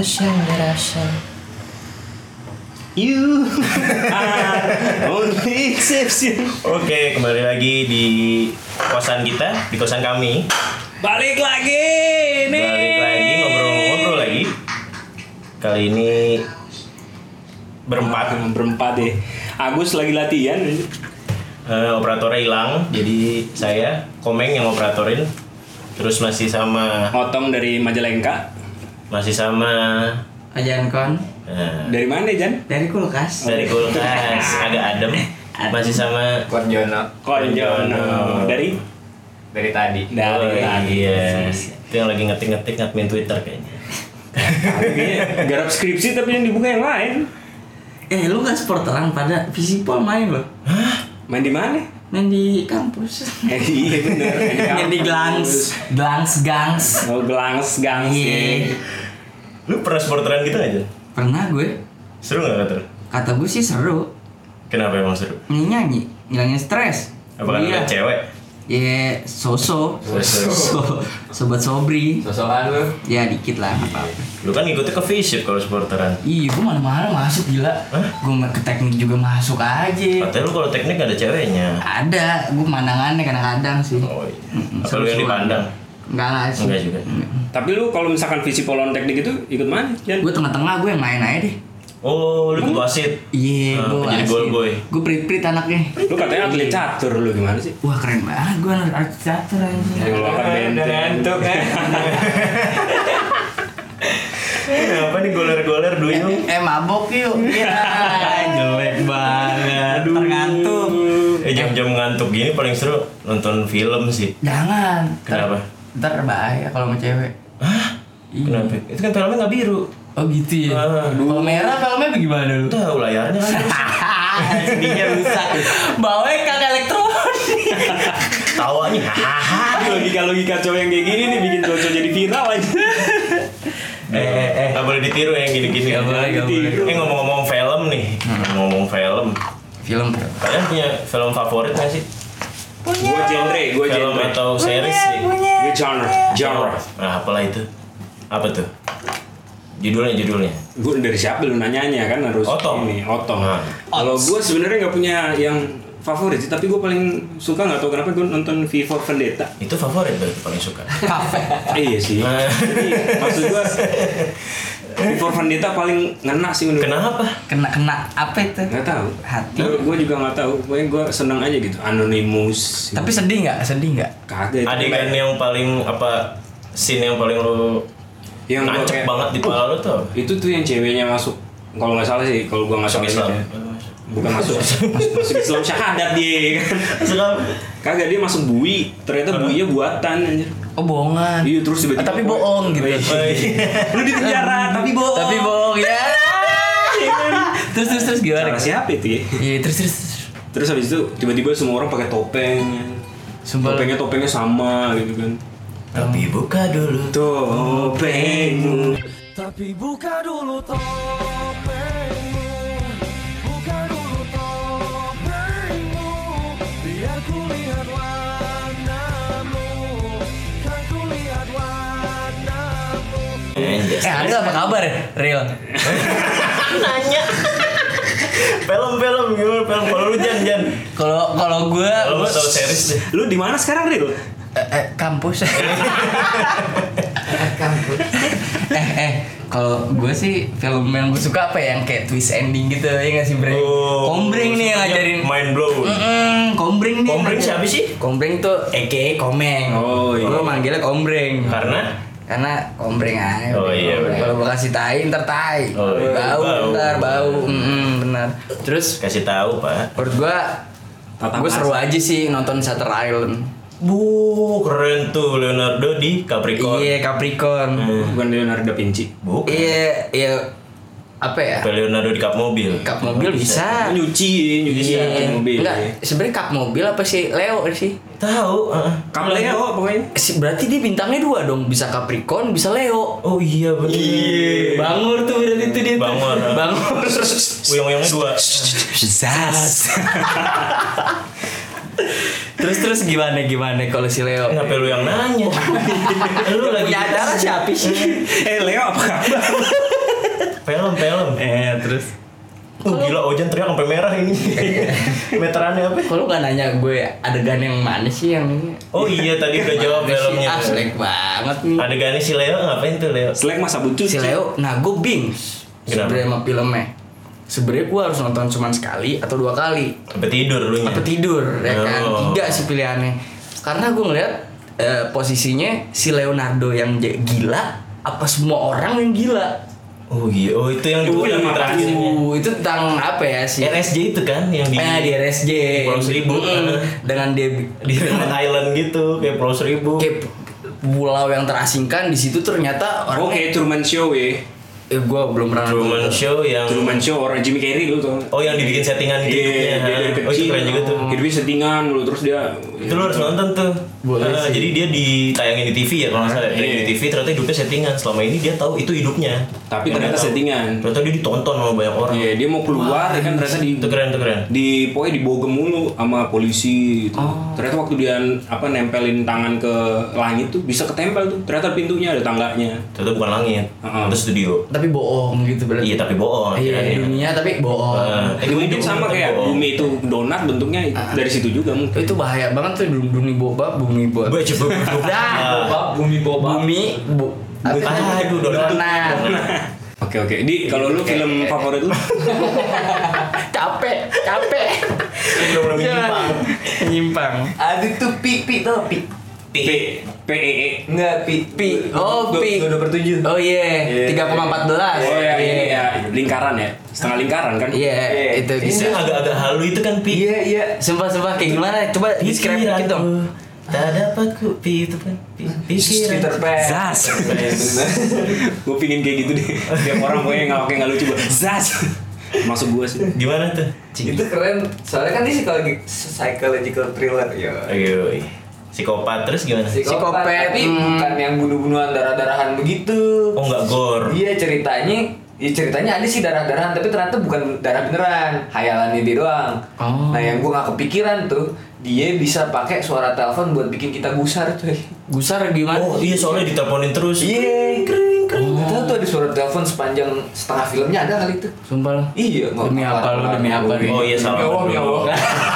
Ocean Direction. You are only exception. Oke, kembali lagi di kosan kita, di kosan kami. Balik lagi nih. Balik lagi ngobrol lagi. Kali ini berempat deh. Agus lagi latihan. Operatornya hilang, jadi saya Komeng yang operatorin. Terus masih sama Otong dari Majalengka. Masih sama Ajan Kon. Dari mana Jan? Dari kulkas. Dari kulkas agak adem. Masih sama Konjono Dari tadi. Iya. Itu yang lagi ngetik admin Twitter kayaknya. Garap skripsi tapi yang dibuka yang lain. Lu kan sporteran pada Visipol main loh. Main di mana? Main di kampus. Iya bener. Main di Gangs. Oh Gangs. Iya. Lu pernah sporteran gitu aja? Pernah gue. Seru gak kata? Kata gue sih seru. Kenapa emang seru? Nyanyi, ngilangin stres. Apa kan ada cewek? Ya, sobat sobri. Sosokan lu. Ya dikit lah, nggak apa-apa. Lu kan ngikutnya ke fisip kalau sporteran. Iya, gue mana-mana masuk gila. Gue ke teknik juga masuk aja. Katanya lu kalau teknik gak ada ceweknya. Ada, gue mandangannya kadang-kadang sih. Oh iya. Apa lu yang dipandang? Enggak lah sih. Enggak juga. Tapi lu kalau misalkan visi polon teknik itu ikut mana? Jan? Gue tengah-tengah, gue yang main aja deh. Oh, lu ikut wasit. Iya, gue jadi goal boy. Gue prit-prit anaknya. Lu katanya atlet catur lu gimana sih? Wah keren banget, gue artis catur aja. Yang lawan benteng. Ngantuk kan. Apa nih goler-goler duyung? Mabok yuk. Iya, jelek banget. Tergantung. Jam-jam ngantuk gini paling seru nonton film sih. Jangan. Kenapa? Ntar bahaya kalau sama cewek. Hah? Iya. Kenapa? Itu kan filmnya nggak biru. Oh gitu ya. Kalau merah filmnya bagaimana lu? Tahu layarnya kan. Sedihnya rusak. Bawanya kagak elektronik. Tawanya Logika cowok yang kayak gini nih bikin cowok jadi viral aja. Nggak boleh ditiru yang gini-gini. Nggak boleh. Ngomong-ngomong film nih. Ngomong film. Film. Kalian punya film favorit nggak sih? Gue genre. Film atau series sih? Gue genre. Nah, apalah itu? Apa tuh? Judulnya. Gue dari siapa lu nanyanya kan harus Otong. ini Otong. Nah. Kalau gue sebenarnya nggak punya yang favorit sih, tapi gue paling suka nggak tahu kenapa gue nonton V for Vendetta. Itu favorit berarti paling suka. Iya sih. Jadi maksud gue V for Vendetta paling ngena sih menurut. Kenapa? Kena apa itu? Nggak tahu. Hati. Gue juga nggak tahu. Pokoknya gue seneng aja gitu. Anonymous. Tapi sedih nggak? Kagak. Adegan yang paling apa? Scene yang paling lu yang nancep banget di kepala lu tuh? Itu tuh yang ceweknya masuk. Kalau nggak salah sih, kalau gue nggak salah Islam. gitu ya. Bukan masuk Islam syahadat dia kan. Kagak, dia masuk bui. Ternyata buinya buatan anjir. Oh bohongan. Iya, terus tiba-tiba Tapi bohong gitu. Lu di penjara tapi bohong. Ya. Terus gimana? Cara siapa itu ya? Iya terus. Terus habis itu tiba-tiba semua orang pakai topeng. Sumpah. Topengnya sama gitu kan. Tapi buka dulu Topengmu. Tapi buka dulu topengmu, buka dulu topengmu, biar ku lihat warnamu, kan ku lihat warnamu. Ada apa kabar ya, Real? nanya. Film gimana? Kalau lu Jan. Kalau gue Kalau tahu series deh. Lu di mana sekarang, Ril? kampus. Kalau gue sih film yang gue suka apa ya, yang kayak twist ending gitu ya nggak sih, Bre? Kombreng nih yang ngajarin. Mind blow. Kombreng nih. Kombreng siapa sih? Kombreng tuh Komeng. Oh, iya. Gue manggilnya Kombreng. Karena kombreng aja. Oh, iya, bener. Kalau gue kasih tai ntar tai. Oh, iya. Bau. Benar. Terus kasih tahu, Pak. menurut gue seru aja sih nonton Shutter Island. Keren tuh Leonardo di Capricorn. Iya, Capricorn. Bukan Leonardo da Vinci. Bukan. Iya. Apa ya? Leonardo di kap mobil. Kap mobil bisa. Nyuci mobil. Enggak, sebenarnya kap mobil apa sih Leo sih? Tahu. Kap Leo pokoknya. Berarti dia bintangnya 2 dong, bisa Capricorn, bisa Leo. Oh iya benar. Iya. Bangur tuh berarti itu dia. Bangur. Uyung-uyungnya 2. Zas. Terus gimana kalau si Leo? Kenapa lu yang nanya? Lu lagi Punya acara siapa sih? Leo apa kabar? Film. Terus Gila Ojan teriak sampai merah ini. Meterannya apa? kalau nggak nanya gue adegan yang mana sih yang ini? Oh iya tadi udah jawab filmnya. Selek banget nih. Adegannya si Leo ngapain tuh Leo? Selek masa butuh. Si Leo, nah gue bingung Kenapa? sebenarnya sama filmnya. Sebenarnya gue harus nonton cuma sekali atau 2 kali. Sampai tidur lu nya. Apa tidur ya kan? Oh. 3 sih pilihannya. Karena gue ngeliat posisinya si Leonardo yang gila apa semua orang yang gila. Oh iya, oh itu yang di film terakhirnya. Itu tentang apa ya sih? RSJ itu kan yang di di RSJ di Pulau Seribu. dengan dia di Remote Island gitu kayak Pulau Seribu. kayak pulau yang terasingkan di situ ternyata orang Oke, Truman Show ya. gue belum pernah Truman Show yang Truman Show orang Jimmy Carrey dulu tuh. oh yang dibikin settingan gitu Iya, dia dari hidupnya. Oh itu kecil. keren juga tuh. Hidupnya settingan dulu terus dia. Itu lu harus nonton tuh. Boleh sih. Jadi dia ditayangin di TV ya kalau nggak salah. Iya. Di TV ternyata hidupnya settingan. Selama ini dia tahu itu hidupnya. Tapi Dia ternyata nggak tahu. settingan. Ternyata dia ditonton sama banyak orang. Iya, dia mau keluar ya kan ternyata Itu keren. pokoknya dibogem mulu sama polisi gitu. Ternyata waktu dia nempelin tangan ke langit tuh bisa ketempel tuh. Ternyata pintunya ada tangganya. Ternyata bukan langit. Itu studio. tapi bohong gitu berarti Iya tapi bohong. iya kirain. dunia tapi bohong Mungkin sama tapi kayak bohong. bumi itu donat bentuknya dari situ juga mungkin. itu bahaya banget tuh bumi boba bumi boba Gue coba. bumi boba bumi Aduh, donat Oke. Di kalau lu film favorit lu? capek Belum nyimpang Ada tuh pi tuh pi. PEE. Enggak pi. oh pi 2/7. oh iya 3,14 Oh ya ini ya lingkaran ya. Setengah lingkaran kan? iya itu bisa Ini agak-agak halu itu kan Pi. Iya. sumpah kayak gimana coba describe dikit dong Tak dapat ku Pi itu kan. Peter Pan. Zaz. Gue pingin kayak gitu deh. Tiap orang pokoknya nggak lucu gue. Zaz. Masuk gue sih. Gimana tuh? Itu keren. Soalnya kan dia psychological thriller ya. Ayo. Psikopat terus gimana? Psikopat, tapi bukan yang bunuh-bunuhan darah-darahan begitu. Oh enggak gore. Iya ceritanya ada sih darah-darahan tapi ternyata bukan darah beneran, hayalannya dia doang. Oh. Nah yang gua nggak kepikiran tuh dia bisa pakai suara telepon buat bikin kita gusar tuh. gusar gimana Oh iya soalnya diteleponin terus. Iya kering. Kita tuh ada suara telepon sepanjang setengah filmnya ada kali itu. sumpah lo Iya. demi apa lu demi apa Oh iya salah. Ya Allah.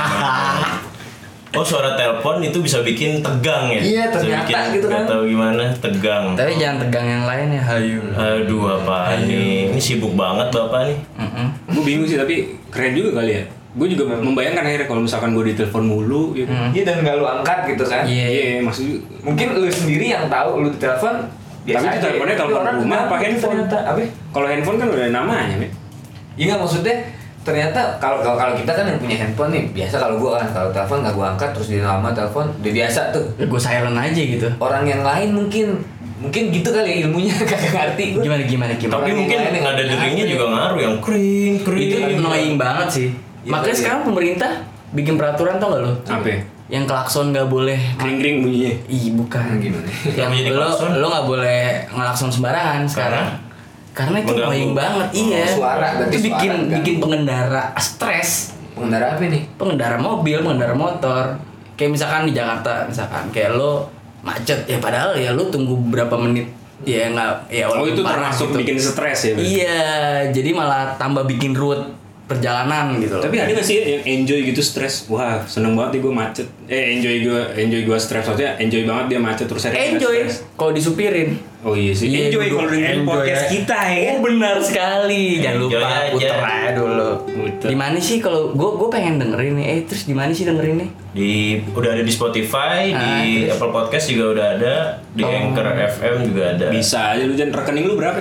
Oh suara telepon itu bisa bikin tegang ya? Iya, Bisa ternyata bikin, gitu kan. Gak tahu gimana tegang. tapi jangan tegang yang lain ya hayu Aduh apaan nih? Ini sibuk banget bapak nih. Gue bingung sih tapi keren juga kali ya. Gue juga membayangkan akhirnya kalau misalkan gue ditelepon mulu gitu. Iya dan nggak lu angkat gitu kan. Iya. Iya, maksudnya Mungkin lu sendiri yang tahu lu ditelepon biasa Tapi aja. teleponnya Tapi telepon orang rumah kenapa apa handphone? ternyata apa? kalau handphone kan udah ada namanya, Mek. Iya nggak maksudnya ternyata kalau kita kan yang punya handphone nih biasa kalau gua kan kalau telepon nggak gua angkat terus dia lama telepon udah biasa tuh. ya gue silent aja gitu Orang yang lain mungkin gitu kali ilmunya kagak ngerti gua. gimana Tapi Orang yang mungkin lain yang nada nggak deringnya ngerti. juga ngaruh yang kering. itu annoying banget sih Iya, makanya iya. sekarang pemerintah bikin peraturan tau gak lo Apa? yang klakson gak boleh Kring-kring bunyinya. ih bukan Gimana? yang Kenapa jadi klakson? lo gak boleh ngelakson sembarangan sekarang karena itu Mengganggu. annoying banget iya suara, berarti itu bikin suara, kan? bikin pengendara stres Pengendara apa nih? pengendara mobil pengendara motor kayak misalkan di Jakarta misalkan kayak lo macet ya padahal ya lo tunggu berapa menit ya nggak ya Oh walaupun itu parah termasuk gitu. bikin stres ya? berarti? Iya, jadi malah tambah bikin ruwet perjalanan gitu loh. Tapi ada gak sih yang enjoy gitu stres? Wah seneng banget nih gue macet. Enjoy gue stres maksudnya enjoy banget dia macet terus akhirnya enjoy stres. kalau disupirin. Oh iya sih. Iya, enjoy duduk, kalau dengerin enjoy podcast ya. kita ya kan. Oh benar sekali. Jangan Enjoy lupa aja. puter aja dulu. Puter. Di mana sih kalau gue pengen dengerin nih? Terus di mana sih dengerinnya? Udah ada di Spotify, di terus? Apple Podcast juga udah ada, di Anchor FM juga ada. Bisa aja lu jangan rekening lu berapa?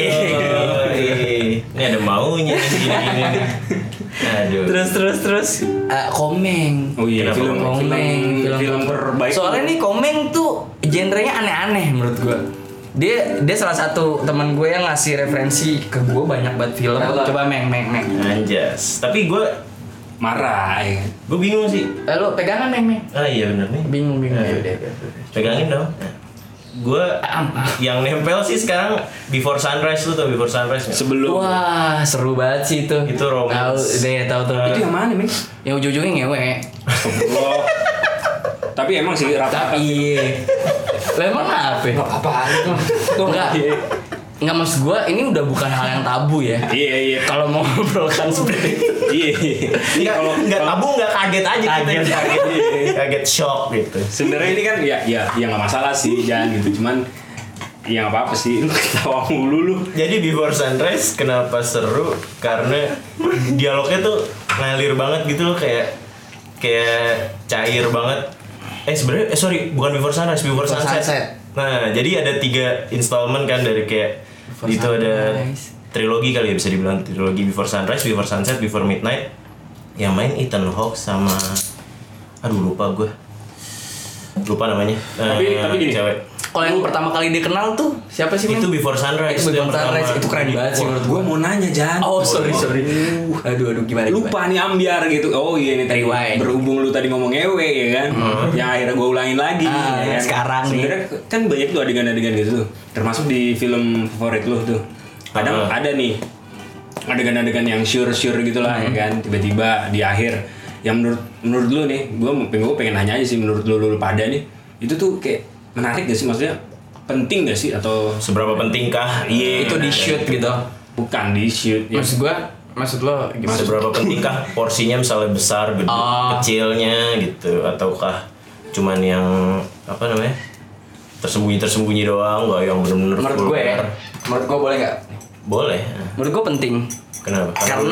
Yoi. Ini ada maunya nih gini-gini nih. Aduh. Terus Komeng. Oh iya Kenapa? film terbaik. Soalnya nih Komeng tuh genrenya aneh-aneh menurut gue. Dia salah satu teman gue yang ngasih referensi ke gue banyak banget film. Coba Meng. Anjas. Tapi gue marah ya kan. bingung sih. Lo pegangan Meng. Ah iya bener nih. Bingung. Ayo. Pegangin dong. Gue yang nempel sih sekarang Before Sunrise, lu tau Before Sunrise nggak? Sebelum Wah, seru banget sih itu. Itu romance. Tahu tuh. itu yang mana Ming? Yang ujung-ujungnya ngewe. Astagfirullah. Tapi emang sih rata-rata Tapi lah emang apa? Nggak apa-apa. Enggak. Nggak, maksud gue ini udah bukan hal yang tabu ya. Iya. Kalau mau ngobrolkan seperti itu. Iya. Nggak tabu, nggak kaget aja kita. Kaget shock gitu. Sebenarnya ini kan ya nggak masalah sih, jangan gitu. Cuman ya nggak apa-apa sih, lu ketawa mulu lu. Jadi Before Sunrise kenapa seru? Karena dialognya tuh ngalir banget gitu loh, kayak cair banget. Sebenarnya sorry, bukan Before Sunrise, Before Sunset. Nah, jadi ada 3 installment kan dari kayak Before itu ada Sunrise. trilogi kali ya, bisa dibilang trilogi Before Sunrise, Before Sunset, Before Midnight. Yang main Ethan Hawke sama lupa namanya. Tapi gini, cewek. Kalau yang pertama kali dikenal tuh siapa sih? Itu Min? Before Sunrise. Itu yang Before Sunrise, pertama. itu keren banget sih menurut Gue gue. mau nanya Jan. Oh sorry. Aduh gimana? Lupa nih ambiar gitu. Oh iya nih tadi Rewind. berhubung lu tadi ngomong ewe ya kan. Yang akhirnya gue ulangin lagi ya kan? Sekarang nih. Sebenarnya kan banyak tuh adegan-adegan gitu tuh. Termasuk di film favorit lu tuh. Kadang ada nih adegan-adegan yang sure gitu lah ya kan. Tiba-tiba di akhir yang menurut lu nih, gue pengen nanya aja sih, menurut lu pada nih, itu tuh kayak menarik gak sih, maksudnya penting gak sih, atau Seberapa pentingkah? Iya, Itu di shoot gitu. bukan di shoot ya. Maksud lo gimana? Seberapa pentingkah porsinya, misalnya besar, gede, kecilnya gitu, ataukah cuman yang apa namanya tersembunyi doang, nggak yang benar-benar Menurut gue ya, menurut gue boleh nggak? boleh. Menurut gue penting. Kenapa?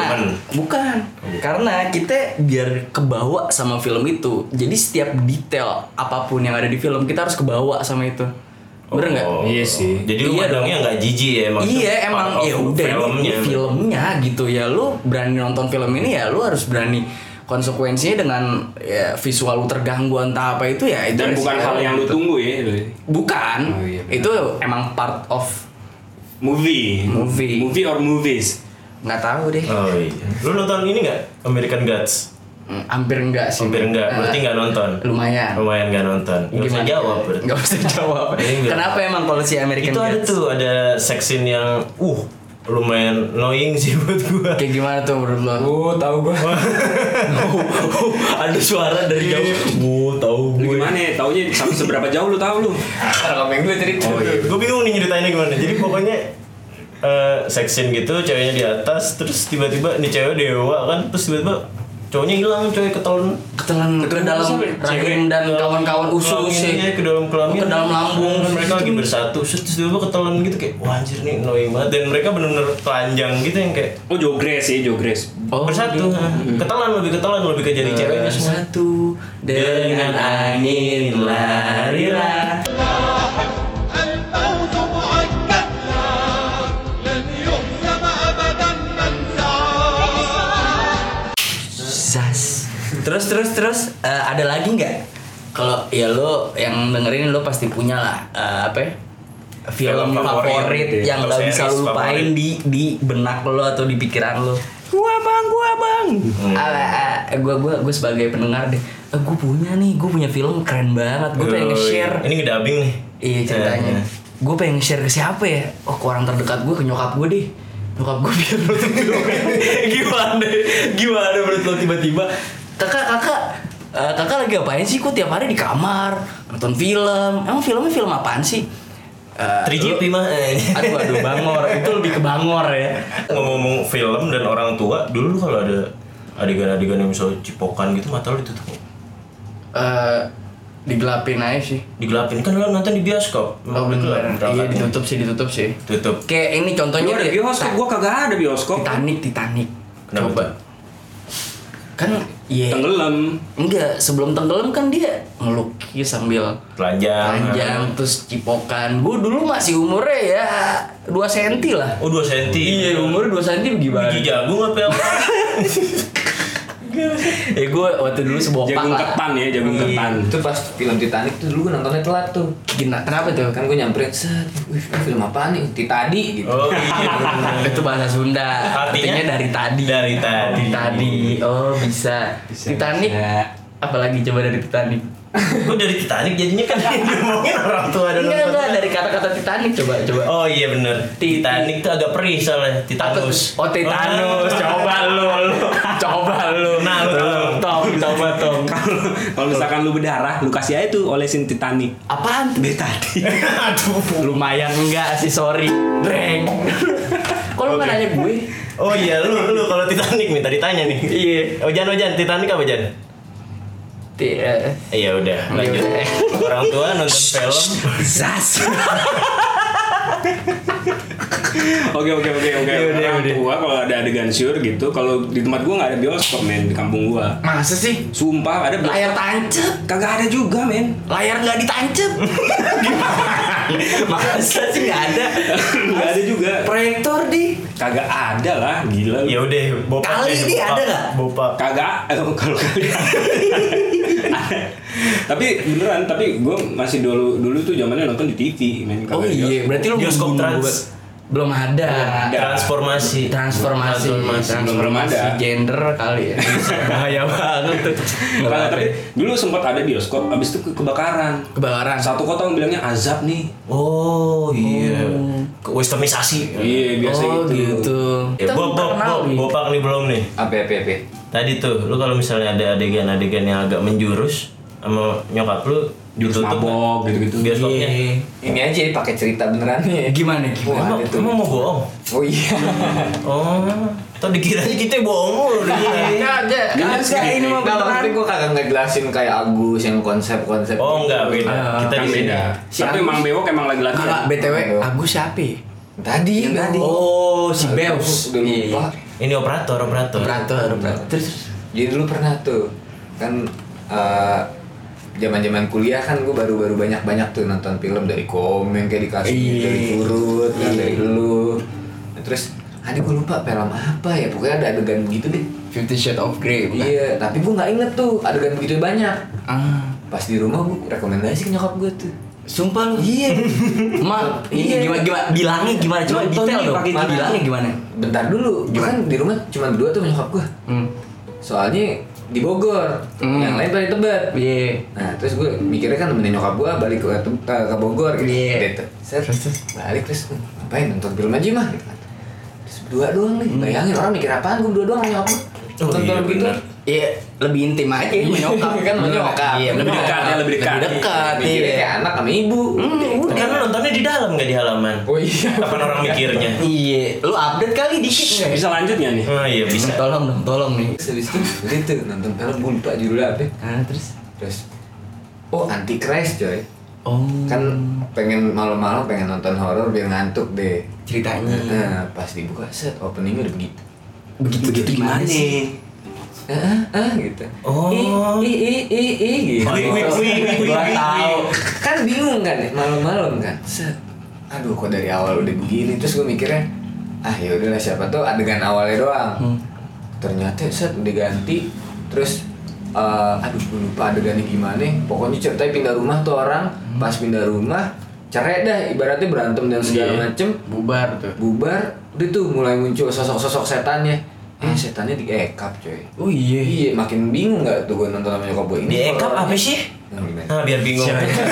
Karena kita biar kebawa sama film itu. Jadi setiap detail apapun yang ada di film kita harus kebawa sama itu. Bener nggak? Iya sih. Jadi lu Iya mandangnya nggak jijik ya emang. Iya part emang of ya udah ini filmnya gitu ya, lu berani nonton film ini ya lu harus berani konsekuensinya dengan ya, visual lu terganggu entah apa itu ya itu Dan bukan resiko. hal yang lu tunggu ya. Bukan. Oh, iya, benar. Itu emang part of Movie or movies. nggak tahu deh. Oh iya. Lu nonton ini nggak? American Gods? Hampir enggak sih. Hampir enggak. Berarti nggak nonton. Lumayan. Lumayan nggak nonton. Nggak usah jawab berarti. Nggak usah jawab. Ini nggak. Kenapa emang kalau si American Itu ada Gods? tuh, ada section yang lumayan annoying sih buat gua. Kayak gimana tuh menurut lo? Tahu gua. Ada suara dari jauh. Tahu Lu gimana ya? Taunya sampai seberapa jauh lu tahu lu? Kalau komen gue cerita. Oh iya. Gue bingung nih nyeritainnya gimana. Jadi pokoknya section gitu, ceweknya di atas, terus tiba-tiba nih cewek dewa kan, terus tiba-tiba cowoknya hilang, cewek ketelan Ke dalam rahim dan kawan-kawan usus sih. ke dalam kelamin, Ke dalam lambung. Dan mereka lagi bersatu, terus tiba-tiba ketelan gitu kayak wah anjir nih annoying banget. Dan mereka bener-bener telanjang gitu yang kayak Oh jogres ya, jogres. bersatu, ketelan lebih ke jadi ceweknya semua. Bersatu dengan angin larilah. الموت مؤكد لن يهزم أبدا من Zas. Terus ada lagi nggak? Kalau ya lo yang dengerin lo pasti punya lah apa ya? Film Film favorit favorit yang atau nggak bisa series lo lupain favorit. di benak lo atau di pikiran lo. Gua bang. Gue sebagai pendengar deh. Gue punya film keren banget. Gue pengen nge-share. Ini ngedubbing nih. Iya ceritanya. Gue pengen nge-share ke siapa ya? Oh ke orang terdekat gue, ke nyokap gue deh. Nyokap gue biar nonton filmnya. Gimana menurut lo tiba-tiba kakak lagi apain sih? Kok tiap hari di kamar nonton film? Emang filmnya film apaan sih? 3GP mah. Aduh bangor. Itu lebih ke bangor ya. Ngomong film dan orang tua, dulu kalau ada adegan-adegan yang misalnya cipokan gitu mata lo ditutup. Digelapin aja sih. Digelapin kan lo nonton di bioskop. Oh bener. Iya ditutup sih. Tutup. Kayak ini contohnya Lu ada deh. bioskop, gua kagak ada bioskop. Titanic. Kenapa Coba. tuh? Kan iya. Tenggelam. Enggak, sebelum tenggelam kan dia ngelukis sambil Telanjang. panjang terus cipokan. Gue dulu masih umurnya ya 2 cm lah. Oh 2 cm. Iya, umurnya 2 cm gimana? Gigi jagung apa apa? Gue waktu dulu sebokap Jagung lah. ketan ya, jagung ketan. Itu pas film Titanic tuh dulu gue nontonnya telat tuh. Kenapa tuh? Kan gue nyamperin set, wih film apaan nih? Titadi gitu. Oh iya. Itu bahasa Sunda. Artinya? Artinya dari tadi. Dari tadi. Oh, bisa. Titanic. Apalagi coba dari Titanic? Kok dari Titanic jadinya kan ngomongin orang tua dan Enggak dari kata-kata Titanic coba. Oh iya bener. Titanic tuh agak perih soalnya Titanus. Oh Titanus, coba lu. Nah, lu Coba Tom. Kalau misalkan lu berdarah, lu kasih aja tuh olesin Titanic. Apaan tuh? Betadine. Aduh. Lumayan enggak sih, sorry. Dreng. Kok lu nggak nanya gue? Oh iya, lu kalau Titanic minta ditanya nih. Iya. Ojan Titanic apa Jan? Iya udah, lanjut. Orang tua nonton film. Zas. Oke. Orang tua kalau ada adegan syur gitu, kalau di tempat gua nggak ada bioskop men di kampung gua. Masa sih? Sumpah ada Layar tancep. kagak ada juga men. Layar nggak ditancep. Masa sih nggak ada? Nggak ada juga. Proyektor di. Kagak ada lah, gila. Ya udah, bopak. Kali ini ada nggak? Bopak. Kagak, kalau kali. Tapi beneran, gue masih dulu tuh zamannya nonton di TV men. Oh iya, berarti lu Bioskop bumbu-bumbu trans. buat- belum ada. Transformasi Belum ada. Gender kali ya. Bahaya banget tuh. Nah, tapi dulu sempat ada bioskop, abis itu kebakaran. Kebakaran. Satu kota yang bilangnya azab nih. Oh iya. Westernisasi. Iya biasa Oh gitu. gitu. Ya, bopak nih belum nih. Apa. Tadi tuh, lu kalau misalnya ada adegan-adegan yang agak menjurus sama nyokap lu, Jurus ditutup mabok gitu-gitu. bioskopnya. Iya. Ini aja pakai cerita benerannya. Gimana? Wah, ada tuh. Emang mau bohong? Oh iya. Oh, tau dikiranya kita bohong mulu. Kagak ini mah Enggak, beneran. tapi gue kagak ngejelasin kayak Agus yang konsep-konsep. Oh enggak, beda. Kita Kan di sini. beda. Si Tapi Agus. Mang Bewok emang lagi-lagi. Kakak BTW Agus siapa? Ya? Tadi. Oh, si Beus. Udah lupa. Ini operator. Operator. Terus Jadi dulu pernah tuh kan zaman-zaman kuliah kan gue baru banyak tuh nonton film dari komen kayak dikasih Iya. dari Turut kan dari lu. Nah, terus gue lupa film apa ya, pokoknya ada adegan begitu deh. 50 Shades of Grey bukan? Iya, tapi gue nggak inget tuh adegan begitu banyak. Ah, Pas di rumah gue rekomendasi ke nyokap gue tuh. sumpah lu. Iya. Ma, Iya. gimana bilangnya gimana? Coba Nonton detail nih, dong. pakai Bilangnya gimana? Bentar dulu, gue kan di rumah cuma berdua tuh sama nyokap gue. Soalnya di Bogor, yang lain pada Tebet. Iya. Nah terus gue mikirnya kan nemenin nyokap gue balik ke Bogor gitu. Iya. Gitu. Set, balik terus ngapain nonton film aja mah gitu kan. Terus berdua doang nih, bayangin orang mikir apaan gue berdua doang sama nyokap gue. Oh, Nonton iya, film gitu. bener. Iya, lebih intim aja sama nyokap. Kan sama nyokap. Iya, Lebih dekat ya, lebih dekat. Lebih dekat. Mikirnya Iya. kayak anak sama ibu. Kan lu nontonnya di dalam nggak di halaman. Oh iya. Kapan orang mikirnya? Iya, lu update kali dikit nggak? Bisa lanjut ya nih? Oh iya bisa. Tolong dong, tolong nih. Terus habis itu udah tuh nonton film gue lupa judulnya apa. Ah, terus? Terus oh Antichrist coy. Oh. Kan pengen malam-malam pengen nonton horor biar ngantuk deh. Ceritanya. Nah pas dibuka set openingnya udah begitu. Begitu gimana sih? Gitu. Oh. Gitu. Gua tahu. Kan bingung kan malam-malam kan. Set. Aduh kok dari awal udah begini terus gue mikirnya ya udahlah siapa tuh adegan awalnya doang. Ternyata set udah ganti terus aduh gue lupa adegannya gimana. Pokoknya ceritanya pindah rumah tuh orang pas pindah rumah cerai dah ibaratnya berantem dan segala macem Bubar tuh. bubar udah tuh mulai muncul sosok-sosok setannya. Setannya di-ekap coy. Oh iya. Iya, makin bingung nggak tuh gue nonton sama nyokap gue ini. Di ekap apa sih? Yang gimana? Nah, biar bingung.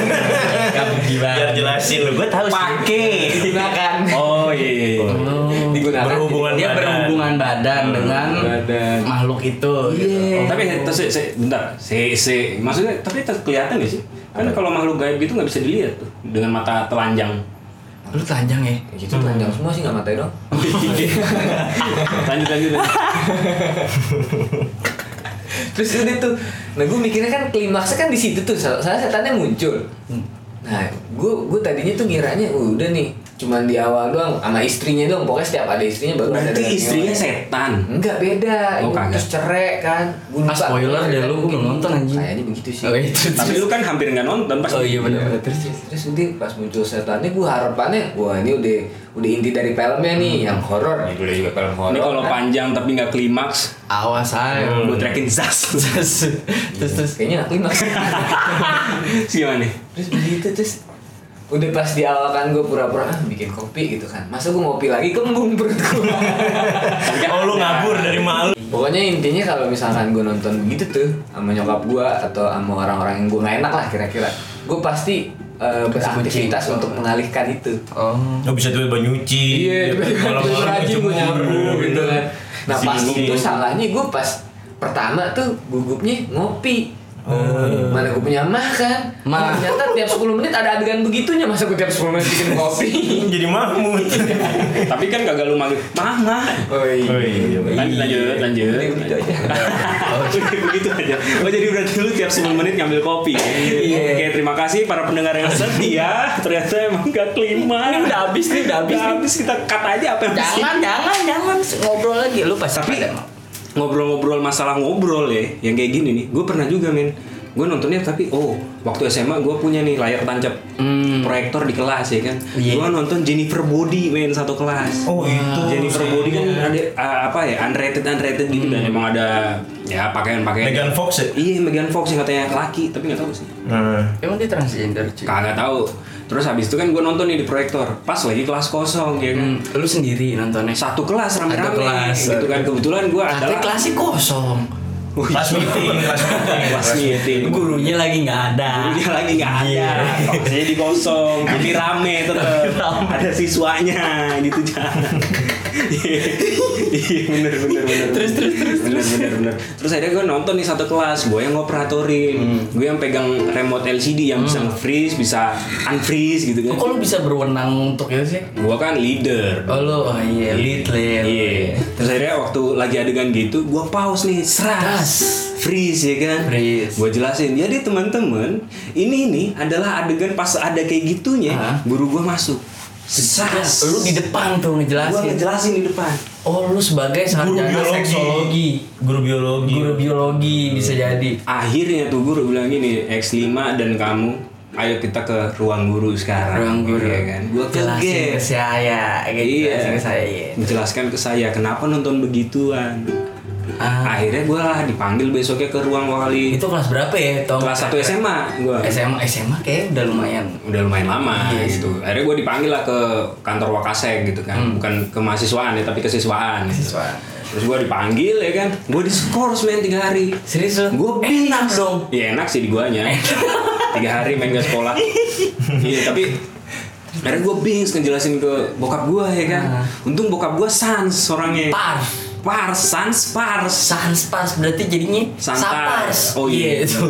Biar jelasin lu, gue tahu sih. Pakai. Digunakan. Oh iya. Digunakan. Berhubungan Dia badan. berhubungan badan dengan Badan. makhluk itu. Iya. Tapi bentar, maksudnya tapi kelihatan gak sih? Kan kalau makhluk gaib gitu nggak bisa dilihat tuh dengan mata telanjang. Lu telanjang ya? Ya gitu telanjang semua sih nggak matai dong. lanjut. Terus udah tuh, nah gue mikirnya kan klimaksnya kan di situ tuh, soalnya setannya muncul. Nah, gue tadinya tuh ngiranya udah nih, cuman di awal doang sama istrinya doang, pokoknya setiap ada istrinya baru ada. Berarti dengan istrinya nyawa. setan. Enggak beda, Oh, itu kagak. terus cerai kan. Gua lupa. spoiler deh, lu belum nonton, anjing. Kayaknya begitu sih. Oh itu. Tapi lu kan hampir nggak nonton pas. Oh iya benar. Terus udah pas muncul setannya gue harapannya wah ini udah inti dari filmnya nih yang horor judulnya juga film horor. Ini kalau kan. panjang tapi nggak klimaks, Awas aja. gue tracking Zas. Terus. Kayaknya nggak klimaks. Gimana nih? Terus begitu terus udah pas di awal kan gue pura-pura bikin kopi gitu kan. Masa gue ngopi lagi kembung perut gue. Oh lu ngabur dari malu. Pokoknya intinya kalau misalkan gue nonton begitu tuh sama nyokap gue atau sama orang-orang yang gue nggak enak lah kira-kira, gue pasti beraktivitas untuk mengalihkan itu. Oh. Nggak bisa tiba-tiba nyuci. Iya, tiba-tiba rajin gue nyabu gitu kan. Nah pas itu salahnya gue pas pertama tuh gugupnya ngopi. Mana gue punya mah kan. Ternyata tiap 10 menit ada adegan begitunya, masa gue tiap 10 menit bikin kopi. Jadi Mahmud. Tapi kan kagak lu manggil mah. Oh iya. Lanjut. Begitu aja. Begitu aja. Oh jadi berarti lu tiap 10 menit ngambil kopi. Iya. Oke, terima kasih para pendengar yang setia. Ternyata emang gak kelima. Ini udah habis nih, udah habis. Kita cut aja apa yang Jangan ngobrol lagi lu pasti. Tapi ngobrol-ngobrol masalah ngobrol ya, yang kayak gini nih, gue pernah juga men. Gue nontonnya tapi waktu SMA gue punya nih layar tancap proyektor di kelas ya kan. Iya. Gue nonton Jennifer Body men satu kelas. Oh itu. Jennifer Body kan ada unrated gitu dan emang ada ya pakaian-pakaian. Megan Fox ya? Iya Megan Fox yang katanya laki tapi nggak tahu sih. Emang dia transgender cuy? Kagak tahu. Terus habis itu kan gue nonton nih di proyektor. Pas lagi kelas kosong ya kan. Lu sendiri nontonnya? Satu kelas rame-rame. Satu kelas. Gitu kan kebetulan gue Katanya adalah kelasnya kosong. Kelas meeting. Gurunya lagi nggak ada. Kelasnya di kosong. Jadi rame tetep. Ada siswanya gitu jangan. Iya bener. Terus. Bener. Terus akhirnya gue nonton nih satu kelas. Gue yang ngoperatorin. Gue yang pegang remote LCD yang bisa nge-freeze, bisa unfreeze gitu kan. Kok lu bisa berwenang untuk itu sih? Gue kan leader. Oh iya, lead. Iya. Terus akhirnya waktu lagi adegan gitu, gue pause nih, freeze ya kan. Freeze. Gue jelasin, jadi teman-teman, ini nih adalah adegan pas ada kayak gitunya, guru gue masuk. Lu di depan tuh ngejelasin. Gue ngejelasin di depan. Oh lu sebagai sarjana seksologi. Guru biologi bisa jadi. Akhirnya tuh guru bilang gini, X5 dan kamu, ayo kita ke ruang guru sekarang. Ruang guru ya kan. Gue jelasin ke saya, iya. ke saya. Menjelaskan ke saya kenapa nonton begituan. Akhirnya gue lah dipanggil besoknya ke ruang wali. Itu kelas berapa ya? Kelas 1 SMA gue. SMA kayak udah lumayan lama yes. gitu. Akhirnya gue dipanggil lah ke kantor Wakasek gitu kan. Bukan ke mahasiswaan ya tapi ke siswaan. Terus gue dipanggil ya kan. Gue diskors men 3 hari. Serius lu? Gue enak dong. Ya enak sih di guanya. 3 hari main gak sekolah. Iya tapi akhirnya gue bingung ngejelasin ke bokap gue ya kan. Untung bokap gue sans orangnya. Sans pars berarti jadinya Santas. Oh iya itu.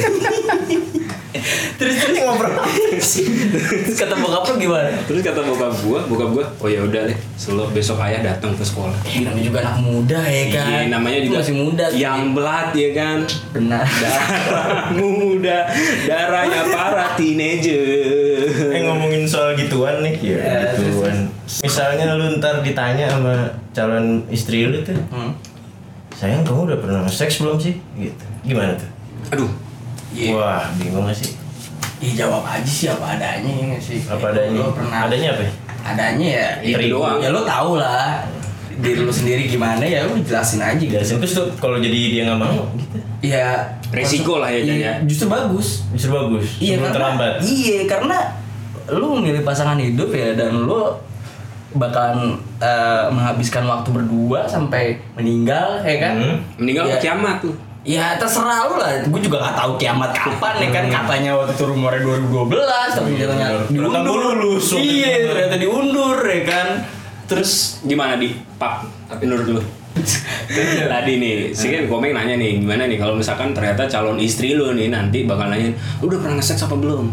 terus ngobrol kata bokap lu gimana? Terus kata bokap gua, oh ya udah deh, besok ayah datang ke sekolah. Namanya juga anak muda ya kan. Iya, namanya juga masih muda. Yang belat ya kan. Benar. Darah muda, darahnya para teenager. Ngomongin soal gituan nih ya, gituan. Misalnya lu ntar ditanya sama calon istri lu tuh, sayang kamu udah pernah seks belum sih? Gitu. Gimana tuh? Aduh. Yeah. Wah, bingung gak sih? Ya jawab aja sih apa adanya ya gak sih? Apa adanya? Lo pernah Adanya apa? Adanya ya itu doang. Ya lo tau lah diri lo sendiri gimana ya lo jelasin aja gitu. Jelasin terus tuh kalau jadi dia nggak mau gitu. Ya resiko lah ya iya, justru bagus. Justru bagus. Iya sebelum terlambat. Iya karena lo memilih pasangan hidup ya dan lo bakalan menghabiskan waktu berdua sampai meninggal ya kan? Meninggal ya. kiamat tuh. Ya terserah lu lah, gue juga gak tahu kiamat kapan ya kan. Katanya waktu itu rumornya 2012 tapi ternyata diundur. lulus. Iya ternyata diundur ya kan. Terus gimana di Pak menurut lu? Tadi nih, si kan Komeng nanya nih, gimana nih kalau misalkan ternyata calon istri lu nih nanti bakal nanyain, lu udah pernah nge-seks apa belum?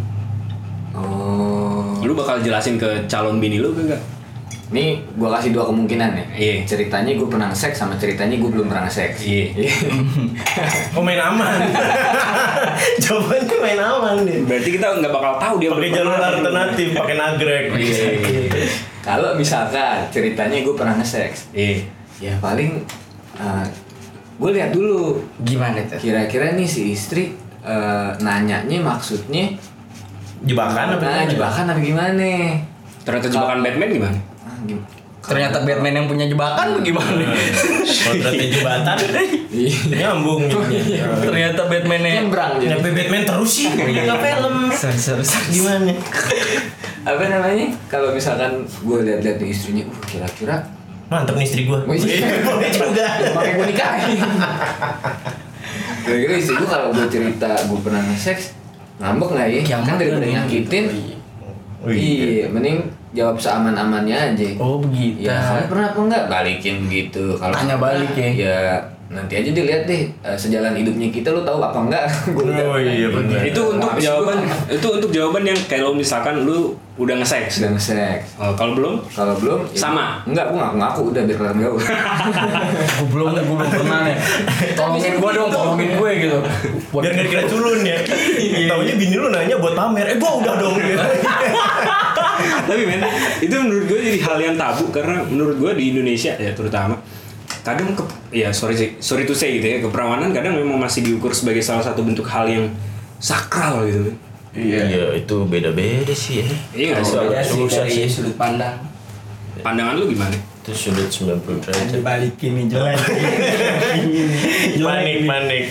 Oh. Lu bakal jelasin ke calon bini lu enggak? Nih gue kasih 2 kemungkinan ya. Iya. Ceritanya gue pernah seks sama ceritanya gue belum pernah seks. Iya. Oh main aman. Jawabannya main aman deh. Berarti kita nggak bakal tahu dia Pakai jalur alternatif, pakai nagrek. Kalau misalkan ceritanya gue pernah nge-seks, ya paling gue lihat dulu Gimana tuh? kira-kira nih si istri nanyanya maksudnya Jebakan apa? jebakan apa gimana? Ternyata jebakan Batman gimana? Ternyata Batman yang punya jebakan gimana? Kontraknya jembatan. Nyambung. Ternyata Batman yang Nyebrang jadi. Nyampe Batman terus sih. Nggak film. Gimana? Apa namanya? Kalau misalkan gue lihat-lihat di istrinya, kira-kira Mantep nih istri gue. Boleh juga. Makanya gue nikahin. Kira-kira istri gue kalau gue cerita gue pernah nge-seks, ngambek nggak ya? Kiamat Kan daripada kan. nyakitin. Oh, iya. Iya, mending jawab seaman-amannya aja. Oh begitu. Ya, kamu pernah apa enggak? Balikin begitu. Kalau Tanya balik ya. Ya, nanti aja dilihat deh sejalan hidupnya kita, lu tahu apa enggak? Oh iya benar. Itu untuk jawaban yang kalau misalkan lu udah nge-seks. Sudah nge-seks. Kalau belum? Kalau belum ya, Sama? Enggak, gue ngaku udah biar kelihatan jauh. Gue belum pernah nih. Tolongin gue dong, tolongin gue gitu. Biar nggak dikira culun ya. Taunya bini lu nanya buat pamer. Gua udah dong. Tapi men, itu menurut gue jadi hal yang tabu karena menurut gue di Indonesia ya terutama kadang sorry to say gitu ya, keperawanan kadang memang masih diukur sebagai salah satu bentuk hal yang sakral gitu. Iya, itu beda-beda sih ya. Iya nggak sih? Beda sih Susah dari sih. sudut pandang. Pandangan lu gimana? Itu sudut 90 derajat. Dibalikin nih jelek. Panik.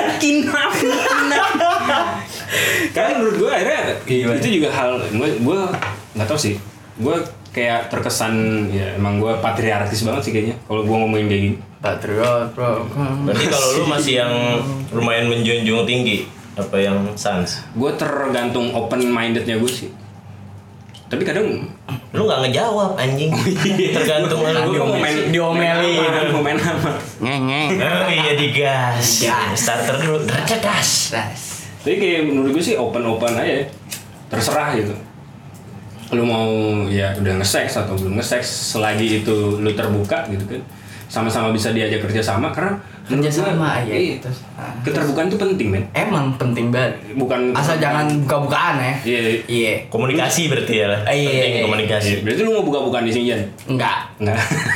Karena menurut gue akhirnya itu juga hal gue nggak tahu sih. Gue kayak terkesan ya emang gue patriarkis banget sih kayaknya kalau gue ngomongin kayak gini. Patriot, bro. Berarti kalau lu masih yang lumayan menjunjung tinggi apa yang sans? Gue tergantung open mindednya gue sih. Tapi kadang Lu nggak ngejawab anjing. Tergantung lu. gue mau main apa? Oh iya digas. Starter dulu. Das. Tapi kayak menurut gue sih open aja, terserah gitu. Lu mau ya udah nge-seks atau belum nge-seks, selagi itu lu terbuka gitu kan, sama-sama bisa diajak kerja sama karena menurut Kerja sama gua, ya. iya, keterbukaan itu penting men. Emang penting banget. Bukan Asal jangan buka-bukaan ya. Iya. Iya. Komunikasi berarti ya lah. Iya. Penting komunikasi. Berarti lu mau buka-bukaan di sini Jan? Enggak. Enggak.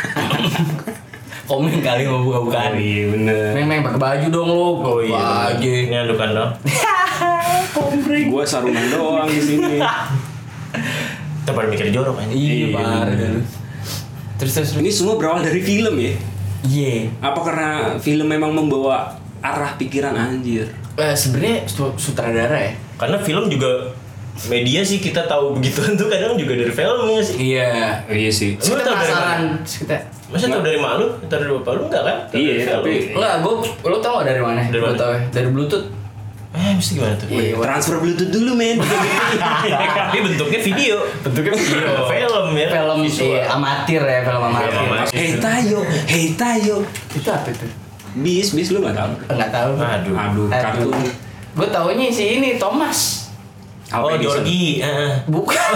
Komen kali mau buka-bukaan. Oh, iya bener. Meng pakai baju dong lu. Oh iya. Baju. Ini adukan dong. Gua sarungan doang di sini. Kita pada mikir jorok anjing. Iya, Iya, parah bener. lu. Terus. Ini semua berawal dari film ya? Iya. Apa karena film memang membawa arah pikiran anjir? Sebenarnya sutradara ya. Karena film juga media sih, kita tahu begituan tuh kadang juga dari film sih. Iya. Iya sih. Lu Kita tahu dari penasaran. mana? Kita. Masa tahu dari mak lu? Tahu dari bapak lu enggak kan? Tahu Iya, dari film. tapi Enggak, lo tau gak dari mana? Dari Gua mana? tau ya. Dari Bluetooth. Mesti gimana tuh? Iya. transfer Bluetooth dulu men. Tapi bentuknya video. Bentuknya video. Film ya. Film visual. amatir ya, film amatir. Film amatir. Hey tayo. Itu apa itu? Bis lu nggak tahu? Enggak tahu. Aduh. Kartun. Gue taunya si ini Thomas. Oh, Apa Edison? Georgie. Bukan.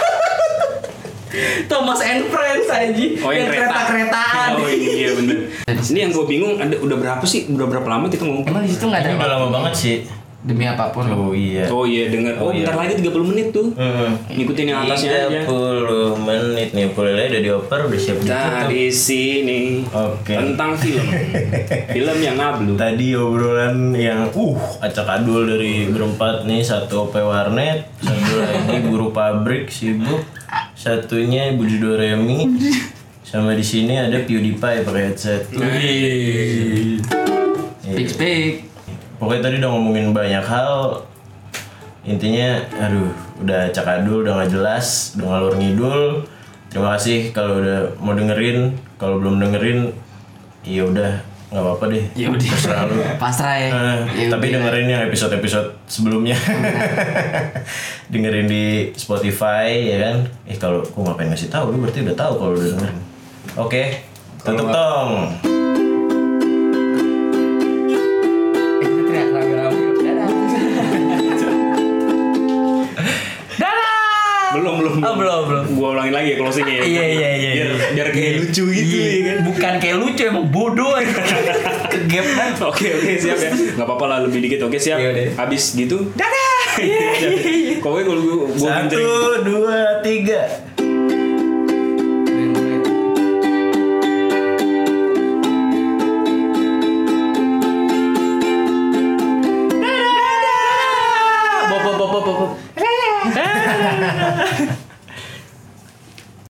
Thomas and Friends aja. Oh yang kereta-keretaan. Oh iya bener. Ini yang gue bingung udah berapa sih? Udah berapa lama kita ngomong? Emang di situ nggak ada Udah lama banget sih. demi apapun. Oh iya. Oh iya denger. Oh iya. bentar lagi 30 menit tuh. Ngikutin yang atasnya aja. 30 menit nih, ukulele udah dioper, udah siap ditutup. Dari sini Oke. tentang film. Film yang ngablu. Tadi obrolan yang acak adul dari berempat nih, satu OP warnet, satu lagi guru pabrik sibuk, satunya Budi Doremi, sama di sini ada PewDiePie pakai headset. Speak. Pokoknya tadi udah ngomongin banyak hal. Intinya, udah acak adul, udah nggak jelas, udah ngalur ngidul. Terima kasih kalau udah mau dengerin. Kalau belum dengerin, ya udah nggak apa-apa deh. Ya udah. Terserah lu. Pasrah ya. Ya Tapi udah. dengerin yang episode-episode sebelumnya. Dengerin di Spotify ya kan. Kalau aku ngapain ngasih tahu, lu berarti udah tahu kalau udah dengerin. Oke, tutup tong. Kita teriak rame-rame. Dadah. Dadah. Belum. Oh, belum. Gua ulangin lagi ya closingnya ya. Iya. Biar kayak lucu gitu ya kan. Bukan kayak lucu, emang bodoh. Kegap kan. Oke siap ya. Nggak apa-apa lah lebih dikit. Oke siap. Iya, udah. Habis gitu. Dadah. Pokoknya kalau gua 1, 2, 3.